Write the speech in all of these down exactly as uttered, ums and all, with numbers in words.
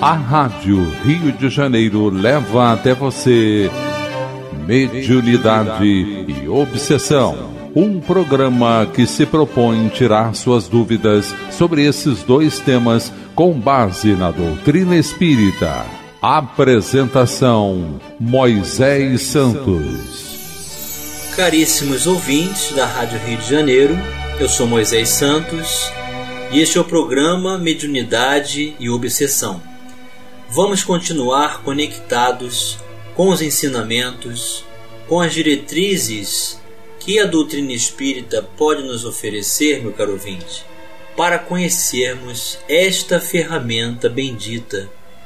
A Rádio Rio de Janeiro leva até você Mediunidade e Obsessão, um programa que se propõe tirar suas dúvidas sobre esses dois temas com base na doutrina espírita. Apresentação: Moisés Santos. Caríssimos ouvintes da Rádio Rio de Janeiro, eu sou Moisés Santos e este é o programa Mediunidade e Obsessão. Vamos continuar conectados com os ensinamentos, com as diretrizes que a doutrina espírita pode nos oferecer, meu caro ouvinte, para conhecermos esta ferramenta bendita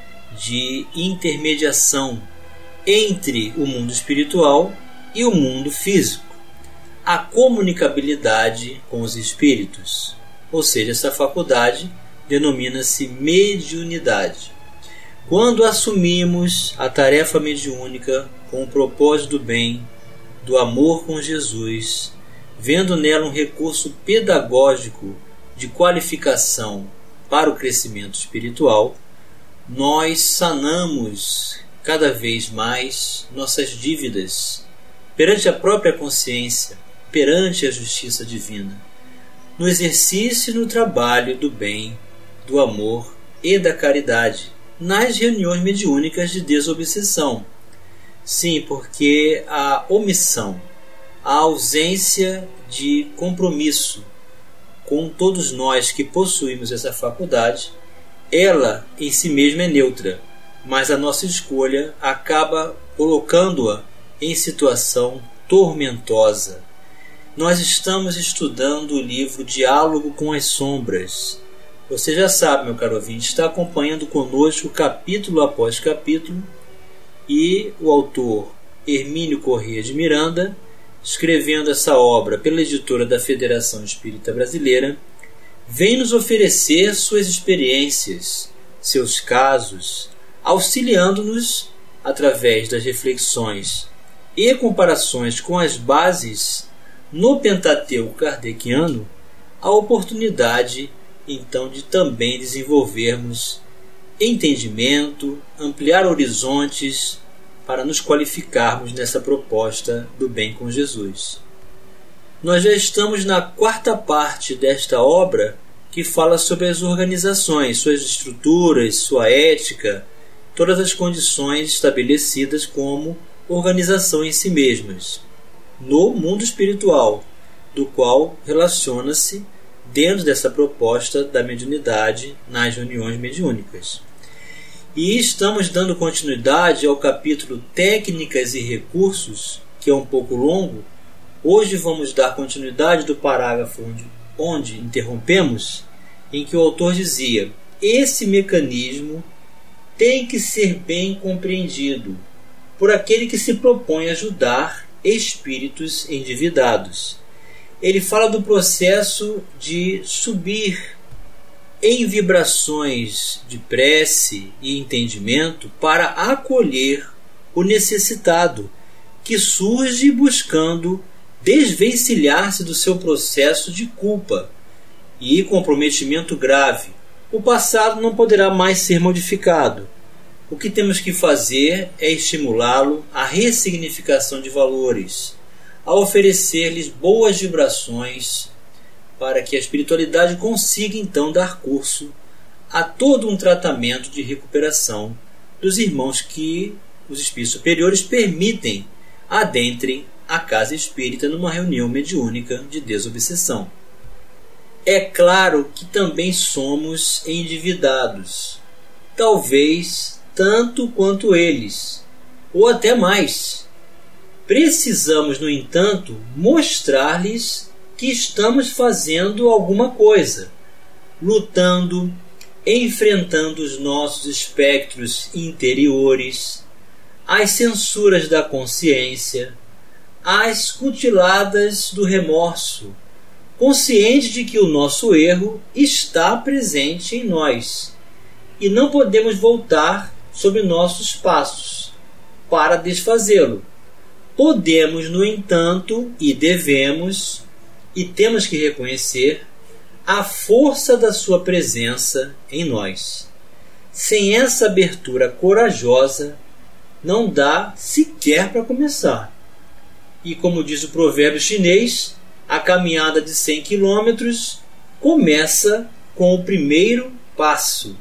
de intermediação entre o mundo espiritual e o mundo físico, a comunicabilidade com os espíritos, ou seja, essa faculdade denomina-se mediunidade. Quando assumimos a tarefa mediúnica com o propósito do bem, do amor com Jesus, vendo nela um recurso pedagógico de qualificação para o crescimento espiritual, nós sanamos cada vez mais nossas dívidas perante a própria consciência, perante a justiça divina, no exercício e no trabalho do bem, do amor e da caridade, nas reuniões mediúnicas de desobsessão. Sim, porque a omissão, a ausência de compromisso com todos nós que possuímos essa faculdade, ela em si mesma é neutra, mas a nossa escolha acaba colocando-a em situação tormentosa. Nós estamos estudando o livro Diálogo com as Sombras. Você já sabe, meu caro ouvinte, está acompanhando conosco capítulo após capítulo, e o autor Hermínio Corrêa de Miranda, escrevendo essa obra pela editora da Federação Espírita Brasileira, vem nos oferecer suas experiências, seus casos, auxiliando-nos através das reflexões e comparações com as bases no Pentateuco kardeciano, a oportunidade então de também desenvolvermos entendimento, ampliar horizontes para nos qualificarmos nessa proposta do bem com Jesus. Nós já estamos na quarta parte desta obra, que fala sobre as organizações, suas estruturas, sua ética, todas as condições estabelecidas como organização em si mesmas, no mundo espiritual, do qual relaciona-se dentro dessa proposta da mediunidade nas reuniões mediúnicas. E estamos dando continuidade ao capítulo Técnicas e Recursos, que é um pouco longo. Hoje vamos dar continuidade do parágrafo onde, onde interrompemos, em que o autor dizia: esse mecanismo tem que ser bem compreendido por aquele que se propõe ajudar espíritos endividados. Ele fala do processo de subir em vibrações de prece e entendimento para acolher o necessitado, que surge buscando desvencilhar-se do seu processo de culpa e comprometimento grave. O passado não poderá mais ser modificado. O que temos que fazer é estimulá-lo à ressignificação de valores, a oferecer-lhes boas vibrações, para que a espiritualidade consiga então dar curso a todo um tratamento de recuperação dos irmãos que os espíritos superiores permitem adentrem a casa espírita numa reunião mediúnica de desobsessão. É claro que também somos endividados, talvez tanto quanto eles, ou até mais. Precisamos, no entanto, mostrar-lhes que estamos fazendo alguma coisa, lutando, enfrentando os nossos espectros interiores, as censuras da consciência, as cutiladas do remorso, consciente de que o nosso erro está presente em nós e não podemos voltar sobre nossos passos para desfazê-lo. Podemos, no entanto, e devemos, e temos que reconhecer a força da sua presença em nós. Sem essa abertura corajosa, não dá sequer para começar. E como diz o provérbio chinês, a caminhada de cem quilômetros começa com o primeiro passo.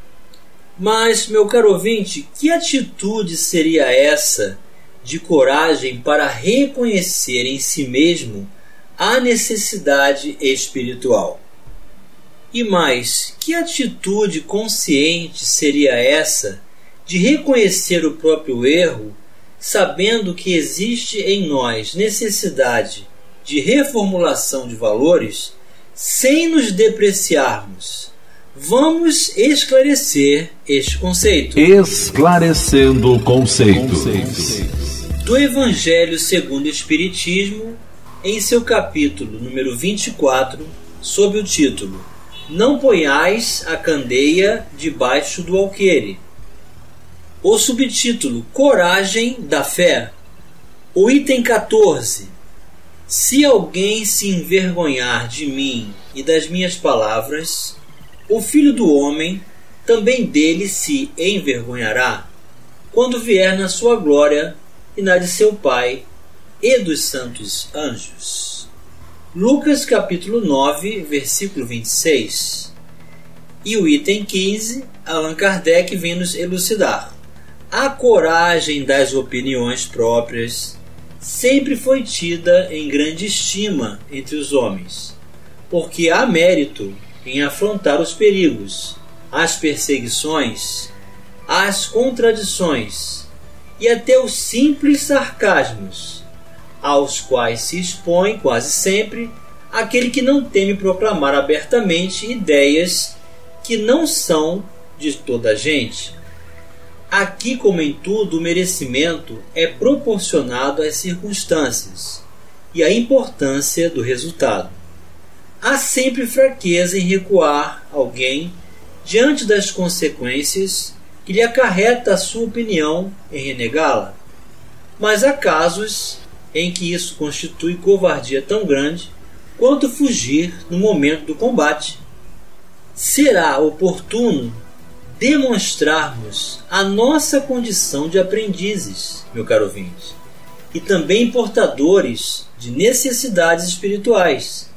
Mas, meu caro ouvinte, que atitude seria essa de coragem para reconhecer em si mesmo a necessidade espiritual? E mais, que atitude consciente seria essa de reconhecer o próprio erro, sabendo que existe em nós necessidade de reformulação de valores, sem nos depreciarmos? Vamos esclarecer este conceito. Esclarecendo conceitos. Do Evangelho segundo o Espiritismo, em seu capítulo número vinte e quatro, sob o título Não ponhais a candeia debaixo do alqueire. O subtítulo Coragem da Fé. O item quatorze. Se alguém se envergonhar de mim e das minhas palavras, o Filho do Homem também dele se envergonhará, quando vier na sua glória e na de seu Pai e dos santos anjos. Lucas capítulo nove, versículo vinte e seis. E o item quinze, Allan Kardec vem nos elucidar. A coragem das opiniões próprias sempre foi tida em grande estima entre os homens, porque há mérito em afrontar os perigos, as perseguições, as contradições e até os simples sarcasmos, aos quais se expõe quase sempre aquele que não teme proclamar abertamente ideias que não são de toda a gente. Aqui, como em tudo, o merecimento é proporcionado às circunstâncias e à importância do resultado. Há sempre fraqueza em recuar alguém diante das consequências que lhe acarreta a sua opinião em renegá-la. Mas há casos em que isso constitui covardia tão grande quanto fugir no momento do combate. Será oportuno demonstrarmos a nossa condição de aprendizes, meu caro ouvinte, e também portadores de necessidades espirituais,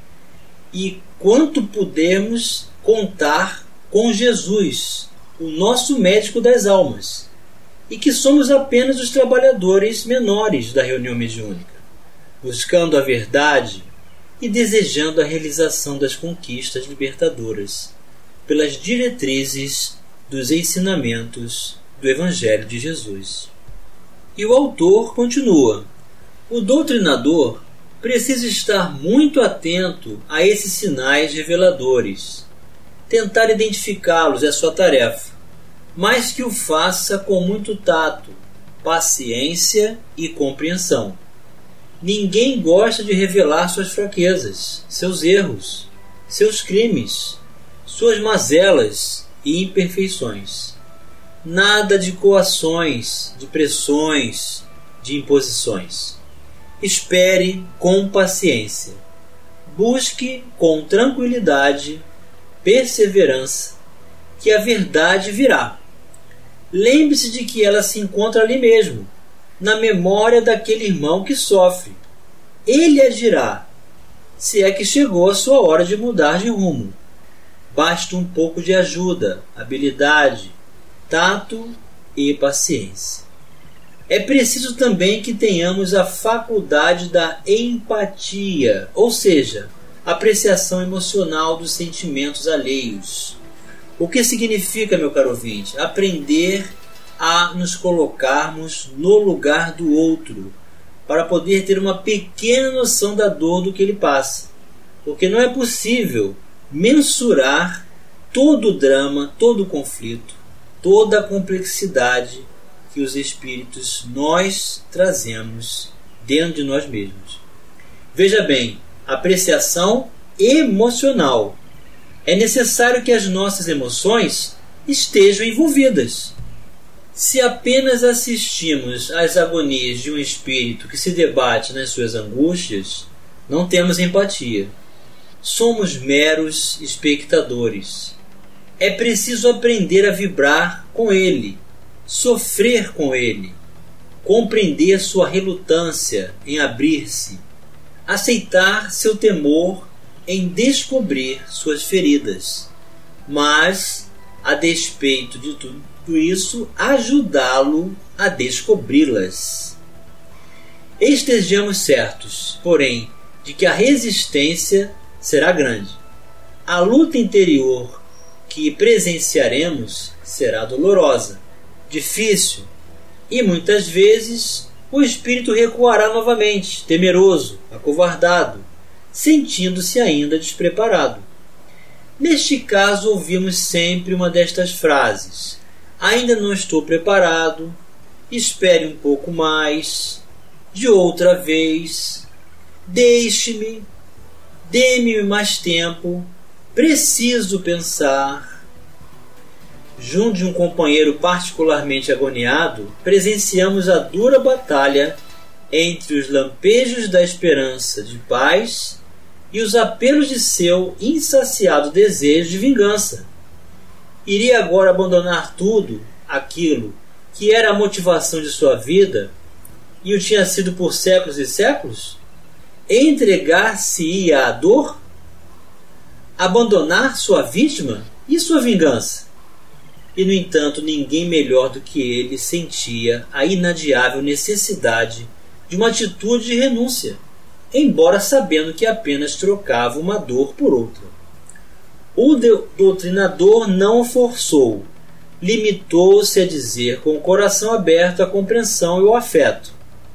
e quanto pudermos contar com Jesus, o nosso médico das almas, e que somos apenas os trabalhadores menores da reunião mediúnica, buscando a verdade e desejando a realização das conquistas libertadoras pelas diretrizes dos ensinamentos do Evangelho de Jesus. E o autor continua: o doutrinador precisa estar muito atento a esses sinais reveladores. Tentar identificá-los é sua tarefa, mas que o faça com muito tato, paciência e compreensão. Ninguém gosta de revelar suas fraquezas, seus erros, seus crimes, suas mazelas e imperfeições. Nada de coações, de pressões, de imposições. Espere com paciência. Busque com tranquilidade, perseverança, que a verdade virá. Lembre-se de que ela se encontra ali mesmo, na memória daquele irmão que sofre. Ele agirá, se é que chegou a sua hora de mudar de rumo. Basta um pouco de ajuda, habilidade, tato e paciência. É preciso também que tenhamos a faculdade da empatia, ou seja, apreciação emocional dos sentimentos alheios. O que significa, meu caro ouvinte? Aprender a nos colocarmos no lugar do outro, para poder ter uma pequena noção da dor do que ele passa. Porque não é possível mensurar todo o drama, todo o conflito, toda a complexidade que os espíritos nós trazemos dentro de nós mesmos. Veja bem, apreciação emocional. É necessário que as nossas emoções estejam envolvidas. Se apenas assistimos às agonias de um espírito que se debate nas suas angústias, não temos empatia. Somos meros espectadores. É preciso aprender a vibrar com ele, sofrer com ele, compreender sua relutância em abrir-se, aceitar seu temor em descobrir suas feridas, mas, a despeito de tudo isso, ajudá-lo a descobri-las. Estejamos certos, porém, de que a resistência será grande. A luta interior que presenciaremos será dolorosa, difícil, e muitas vezes o espírito recuará novamente, temeroso, acovardado, sentindo-se ainda despreparado. Neste caso, ouvimos sempre uma destas frases: ainda não estou preparado, espere um pouco mais, de outra vez, deixe-me, dê-me mais tempo, preciso pensar. Junto de um companheiro particularmente agoniado, presenciamos a dura batalha entre os lampejos da esperança de paz e os apelos de seu insaciado desejo de vingança. Iria agora abandonar tudo aquilo que era a motivação de sua vida e o tinha sido por séculos e séculos? Entregar-se-ia à dor? Abandonar sua vítima e sua vingança? E, no entanto, ninguém melhor do que ele sentia a inadiável necessidade de uma atitude de renúncia, embora sabendo que apenas trocava uma dor por outra. O doutrinador não o forçou, limitou-se a dizer com o coração aberto a compreensão e o afeto: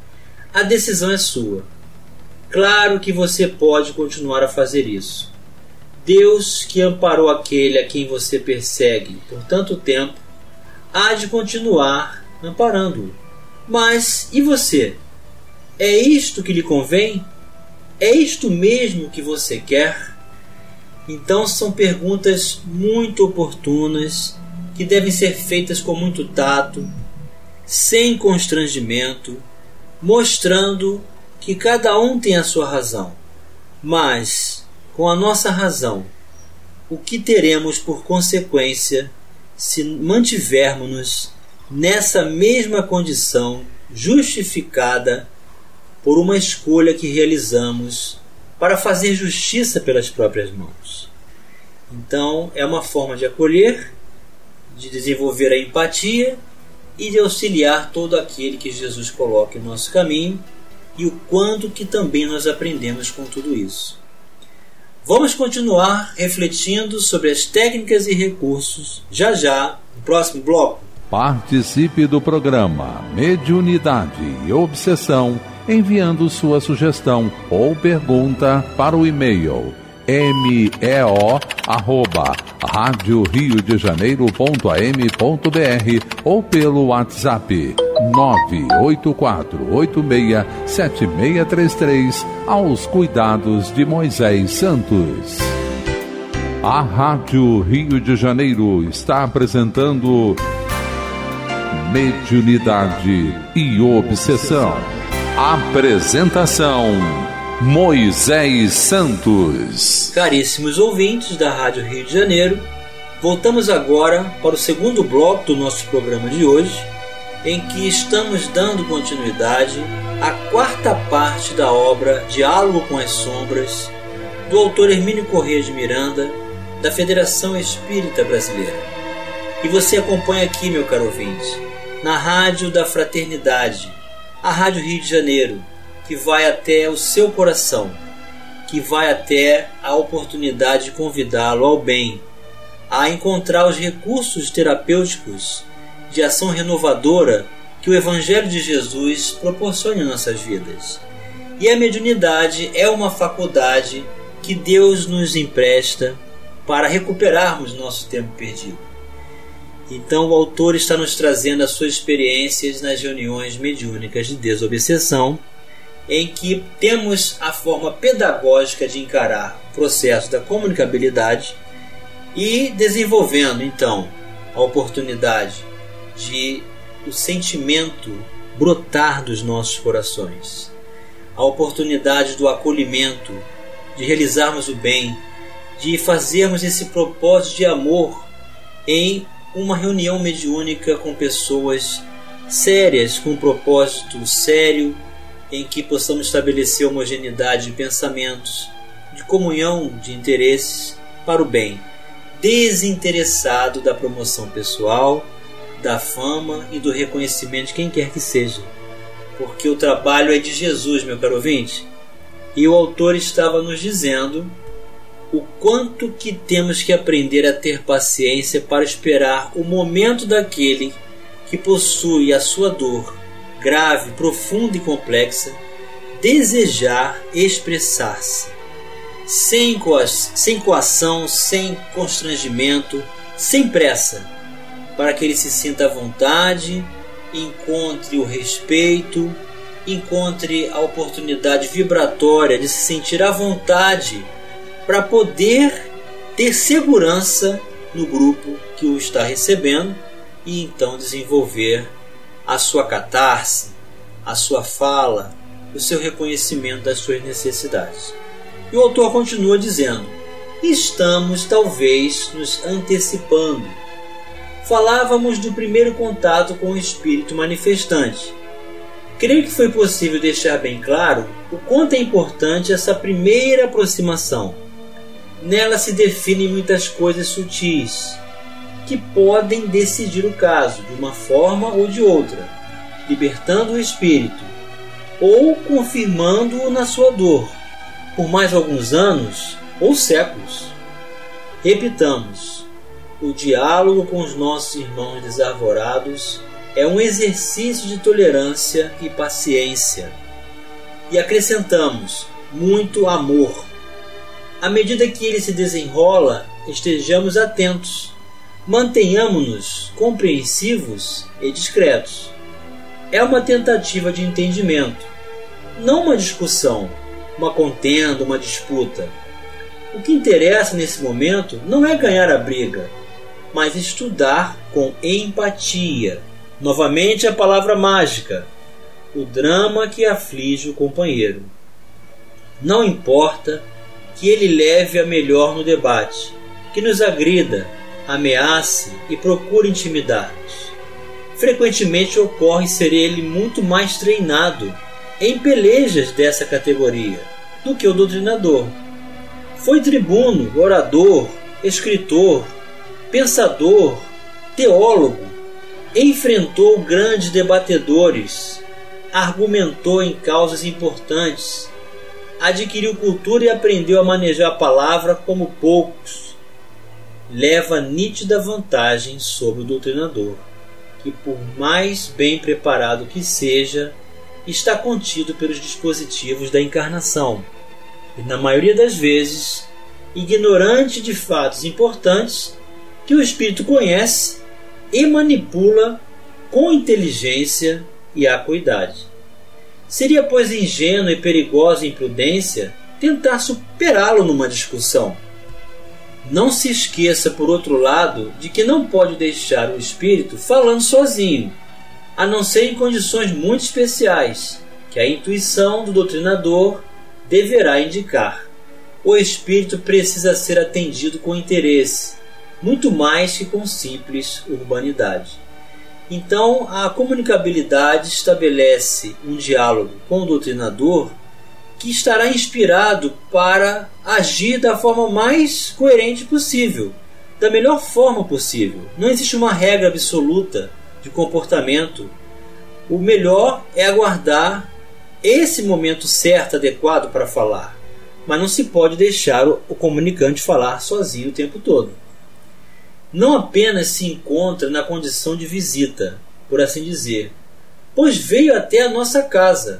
a decisão é sua. Claro que você pode continuar a fazer isso. Deus, que amparou aquele a quem você persegue por tanto tempo, há de continuar amparando-o. Mas e você? É isto que lhe convém? É isto mesmo que você quer? Então são perguntas muito oportunas, que devem ser feitas com muito tato, sem constrangimento, mostrando que cada um tem a sua razão, mas com a nossa razão, o que teremos por consequência se mantivermos-nos nessa mesma condição justificada por uma escolha que realizamos para fazer justiça pelas próprias mãos? Então, é uma forma de acolher, de desenvolver a empatia e de auxiliar todo aquele que Jesus coloca em nosso caminho, e o quanto que também nós aprendemos com tudo isso. Vamos continuar refletindo sobre as técnicas e recursos já já no próximo bloco. Participe do programa Mediunidade e Obsessão enviando sua sugestão ou pergunta para o e-mail meo arroba rádio rio de janeiro ponto a m ponto b r ou pelo WhatsApp nove oito quatro oito seis sete seis três três aos cuidados de Moisés Santos. A Rádio Rio de Janeiro está apresentando Mediunidade e Obsessão. Apresentação: Moisés Santos. Caríssimos ouvintes da Rádio Rio de Janeiro, voltamos agora para o segundo bloco do nosso programa de hoje, em que estamos dando continuidade à quarta parte da obra Diálogo com as Sombras, do autor Hermínio Corrêa de Miranda, da Federação Espírita Brasileira. E você acompanha aqui, meu caro ouvinte, na Rádio da Fraternidade, a Rádio Rio de Janeiro, que vai até o seu coração, que vai até a oportunidade de convidá-lo ao bem, a encontrar os recursos terapêuticos de ação renovadora que o Evangelho de Jesus proporciona em nossas vidas. E a mediunidade é uma faculdade que Deus nos empresta para recuperarmos nosso tempo perdido. Então o autor está nos trazendo as suas experiências nas reuniões mediúnicas de desobsessão, em que temos a forma pedagógica de encarar o processo da comunicabilidade e desenvolvendo então a oportunidade de o sentimento brotar dos nossos corações, a oportunidade do acolhimento, de realizarmos o bem, de fazermos esse propósito de amor em uma reunião mediúnica com pessoas sérias, com um propósito sério, em que possamos estabelecer homogeneidade de pensamentos, de comunhão de interesses para o bem, desinteressado da promoção pessoal, da fama e do reconhecimento de quem quer que seja. Porque o trabalho é de Jesus, meu caro ouvinte. E o autor estava nos dizendo o quanto que temos que aprender a ter paciência para esperar o momento daquele que possui a sua dor grave, profunda e complexa, desejar expressar-se, sem, coa sem coação, sem constrangimento, sem pressa, para que ele se sinta à vontade, encontre o respeito, encontre a oportunidade vibratória de se sentir à vontade para poder ter segurança no grupo que o está recebendo e então desenvolver a sua catarse, a sua fala, o seu reconhecimento das suas necessidades. E o autor continua dizendo: estamos talvez nos antecipando. Falávamos do primeiro contato com o espírito manifestante. Creio que foi possível deixar bem claro o quanto é importante essa primeira aproximação. Nela se definem muitas coisas sutis, que podem decidir o caso de uma forma ou de outra, libertando o espírito ou confirmando-o na sua dor, por mais alguns anos ou séculos. Repitamos, o diálogo com os nossos irmãos desarvorados é um exercício de tolerância e paciência. E acrescentamos, muito amor. À medida que ele se desenrola, estejamos atentos. Mantenhamos-nos compreensivos e discretos. É uma tentativa de entendimento, não uma discussão, uma contenda, uma disputa. O que interessa nesse momento não é ganhar a briga, mas estudar com empatia. Novamente a palavra mágica, o drama que aflige o companheiro. Não importa que ele leve a melhor no debate, que nos agrida, ameace e procure intimidar-nos. Frequentemente ocorre ser ele muito mais treinado em pelejas dessa categoria do que o doutrinador. Foi tribuno, orador, escritor, pensador, teólogo, enfrentou grandes debatedores, argumentou em causas importantes, adquiriu cultura e aprendeu a manejar a palavra como poucos. Leva nítida vantagem sobre o doutrinador, que por mais bem preparado que seja, está contido pelos dispositivos da encarnação e, na maioria das vezes, ignorante de fatos importantes que o espírito conhece e manipula com inteligência e acuidade. Seria, pois, ingênua e perigosa imprudência tentar superá-lo numa discussão. Não se esqueça, por outro lado, de que não pode deixar o espírito falando sozinho, a não ser em condições muito especiais, que a intuição do doutrinador deverá indicar. O espírito precisa ser atendido com interesse, muito mais que com simples urbanidade. Então, a comunicabilidade estabelece um diálogo com o doutrinador que estará inspirado para agir da forma mais coerente possível, da melhor forma possível. Não existe uma regra absoluta de comportamento. O melhor é aguardar esse momento certo, adequado para falar, mas não se pode deixar o comunicante falar sozinho o tempo todo. Não apenas se encontra na condição de visita, por assim dizer, pois veio até a nossa casa.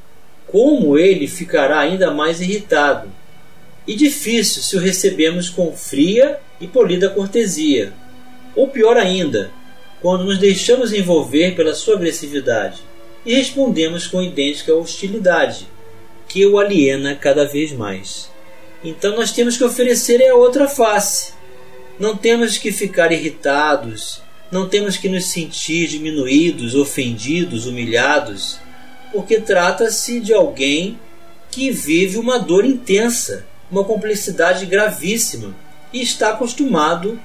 Como ele ficará ainda mais irritado e difícil se o recebemos com fria e polida cortesia, ou pior ainda, quando nos deixamos envolver pela sua agressividade e respondemos com idêntica hostilidade, que o aliena cada vez mais. Então nós temos que oferecer a outra face. Não temos que ficar irritados, não temos que nos sentir diminuídos, ofendidos, humilhados, porque trata-se de alguém que vive uma dor intensa, uma complexidade gravíssima e está acostumado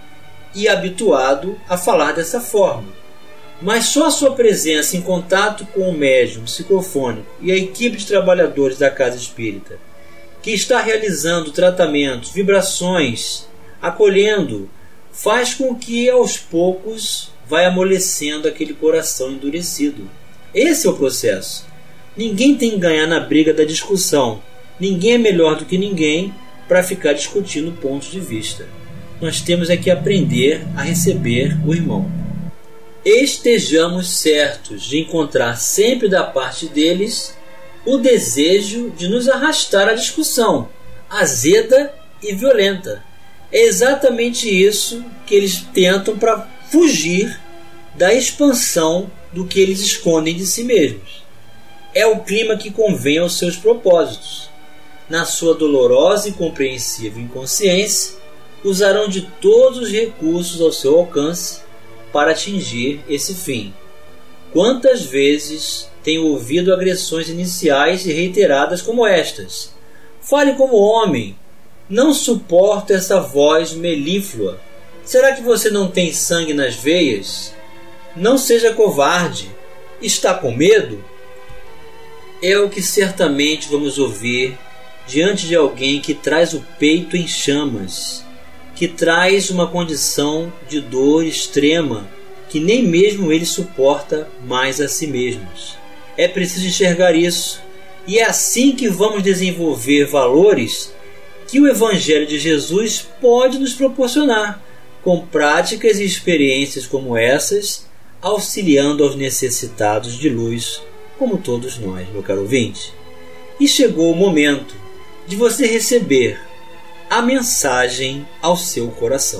e habituado a falar dessa forma. Mas só a sua presença em contato com o médium psicofônico e a equipe de trabalhadores da casa espírita, que está realizando tratamentos, vibrações, acolhendo, faz com que aos poucos vai amolecendo aquele coração endurecido. Esse é o processo. Ninguém tem que ganhar na briga da discussão. Ninguém é melhor do que ninguém para ficar discutindo pontos de vista. Nós temos é que aprender a receber o irmão. Estejamos certos de encontrar sempre da parte deles o desejo de nos arrastar à discussão, azeda e violenta. É exatamente isso que eles tentam para fugir da expansão do que eles escondem de si mesmos. É o clima que convém aos seus propósitos. Na sua dolorosa e compreensível inconsciência, usarão de todos os recursos ao seu alcance para atingir esse fim. Quantas vezes tenho ouvido agressões iniciais e reiteradas como estas? Fale como homem. Não suporto essa voz melíflua. Será que você não tem sangue nas veias? Não seja covarde. Está com medo? É o que certamente vamos ouvir diante de alguém que traz o peito em chamas, que traz uma condição de dor extrema que nem mesmo ele suporta mais a si mesmos. É preciso enxergar isso, e é assim que vamos desenvolver valores que o Evangelho de Jesus pode nos proporcionar, com práticas e experiências como essas, auxiliando aos necessitados de luz, como todos nós, meu caro ouvinte. E chegou o momento de você receber a mensagem ao seu coração.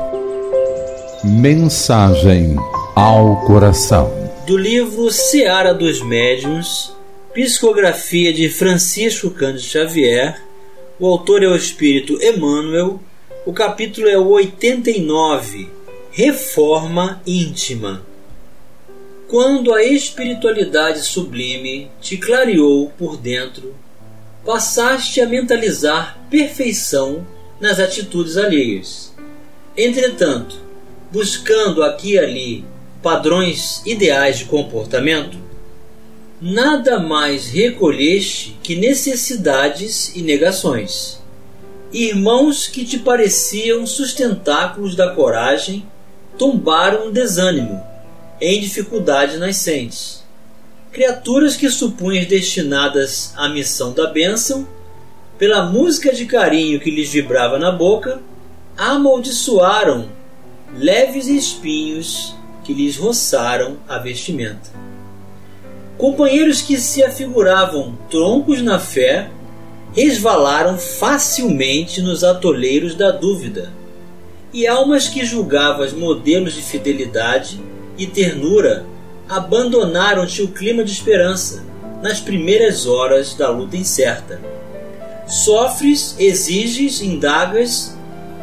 Mensagem ao coração. Do livro Seara dos Médiuns, psicografia de Francisco Cândido Xavier, o autor é o Espírito Emmanuel, o capítulo é o oitenta e nove, Reforma Íntima. Quando a espiritualidade sublime te clareou por dentro, passaste a mentalizar perfeição nas atitudes alheias. Entretanto, buscando aqui e ali padrões ideais de comportamento, nada mais recolheste que necessidades e negações. Irmãos que te pareciam sustentáculos da coragem tombaram no desânimo, em dificuldades nascentes. Criaturas que supunhas destinadas à missão da bênção, pela música de carinho que lhes vibrava na boca, amaldiçoaram leves espinhos que lhes roçaram a vestimenta. Companheiros que se afiguravam troncos na fé, resvalaram facilmente nos atoleiros da dúvida, e almas que julgavas modelos de fidelidade e ternura abandonaram-te o clima de esperança nas primeiras horas da luta incerta. Sofres, exiges, indagas,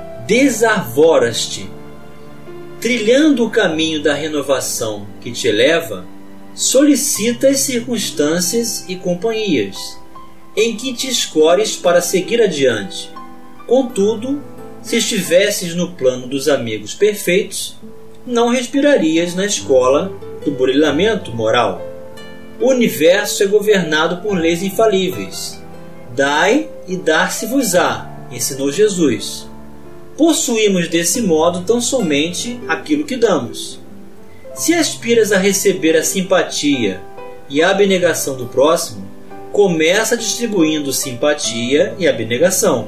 desarvoras-te. Trilhando o caminho da renovação que te eleva, solicitas circunstâncias e companhias em que te escores para seguir adiante. Contudo, se estivesses no plano dos amigos perfeitos, não respirarias na escola do burilamento moral. O universo é governado por leis infalíveis. Dai e dar-se-vos-á, ensinou Jesus. Possuímos desse modo tão somente aquilo que damos. Se aspiras a receber a simpatia e a abnegação do próximo, começa distribuindo simpatia e abnegação.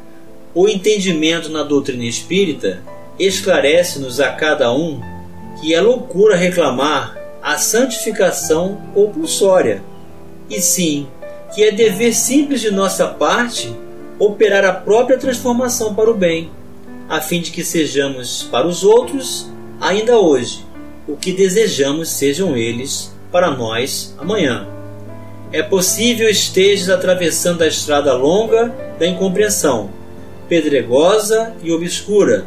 O entendimento na doutrina espírita esclarece-nos a cada um que é loucura reclamar a santificação compulsória, e sim que é dever simples de nossa parte operar a própria transformação para o bem, a fim de que sejamos para os outros, ainda hoje, o que desejamos sejam eles para nós amanhã. É possível estejas atravessando a estrada longa da incompreensão, pedregosa e obscura.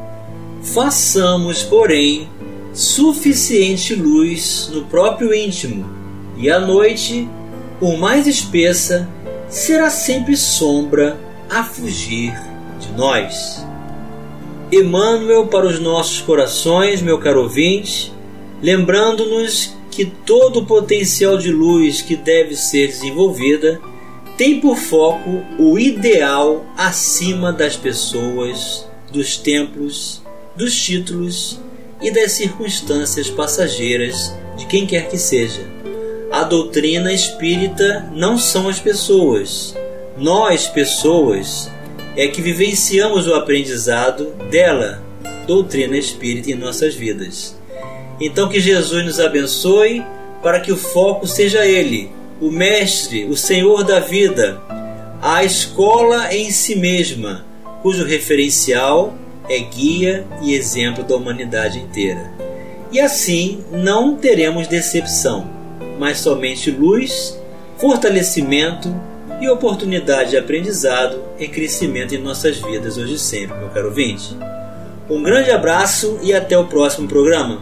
Façamos, porém, suficiente luz no próprio íntimo, e a noite, por mais espessa, será sempre sombra a fugir de nós. Emmanuel para os nossos corações, meu caro ouvinte, lembrando-nos que todo o potencial de luz que deve ser desenvolvida tem por foco o ideal acima das pessoas, dos templos, dos títulos e das circunstâncias passageiras de quem quer que seja. A doutrina espírita não são as pessoas. Nós, pessoas, é que vivenciamos o aprendizado dela, doutrina espírita, em nossas vidas. Então que Jesus nos abençoe para que o foco seja Ele, o Mestre, o Senhor da vida, a escola em si mesma, cujo referencial é guia e exemplo da humanidade inteira. E assim não teremos decepção, mas somente luz, fortalecimento e oportunidade de aprendizado e crescimento em nossas vidas hoje e sempre, meu caro ouvinte. Um grande abraço e até o próximo programa.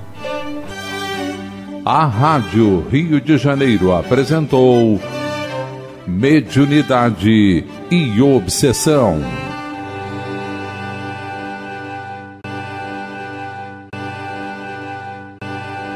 A Rádio Rio de Janeiro apresentou Mediunidade e Obsessão.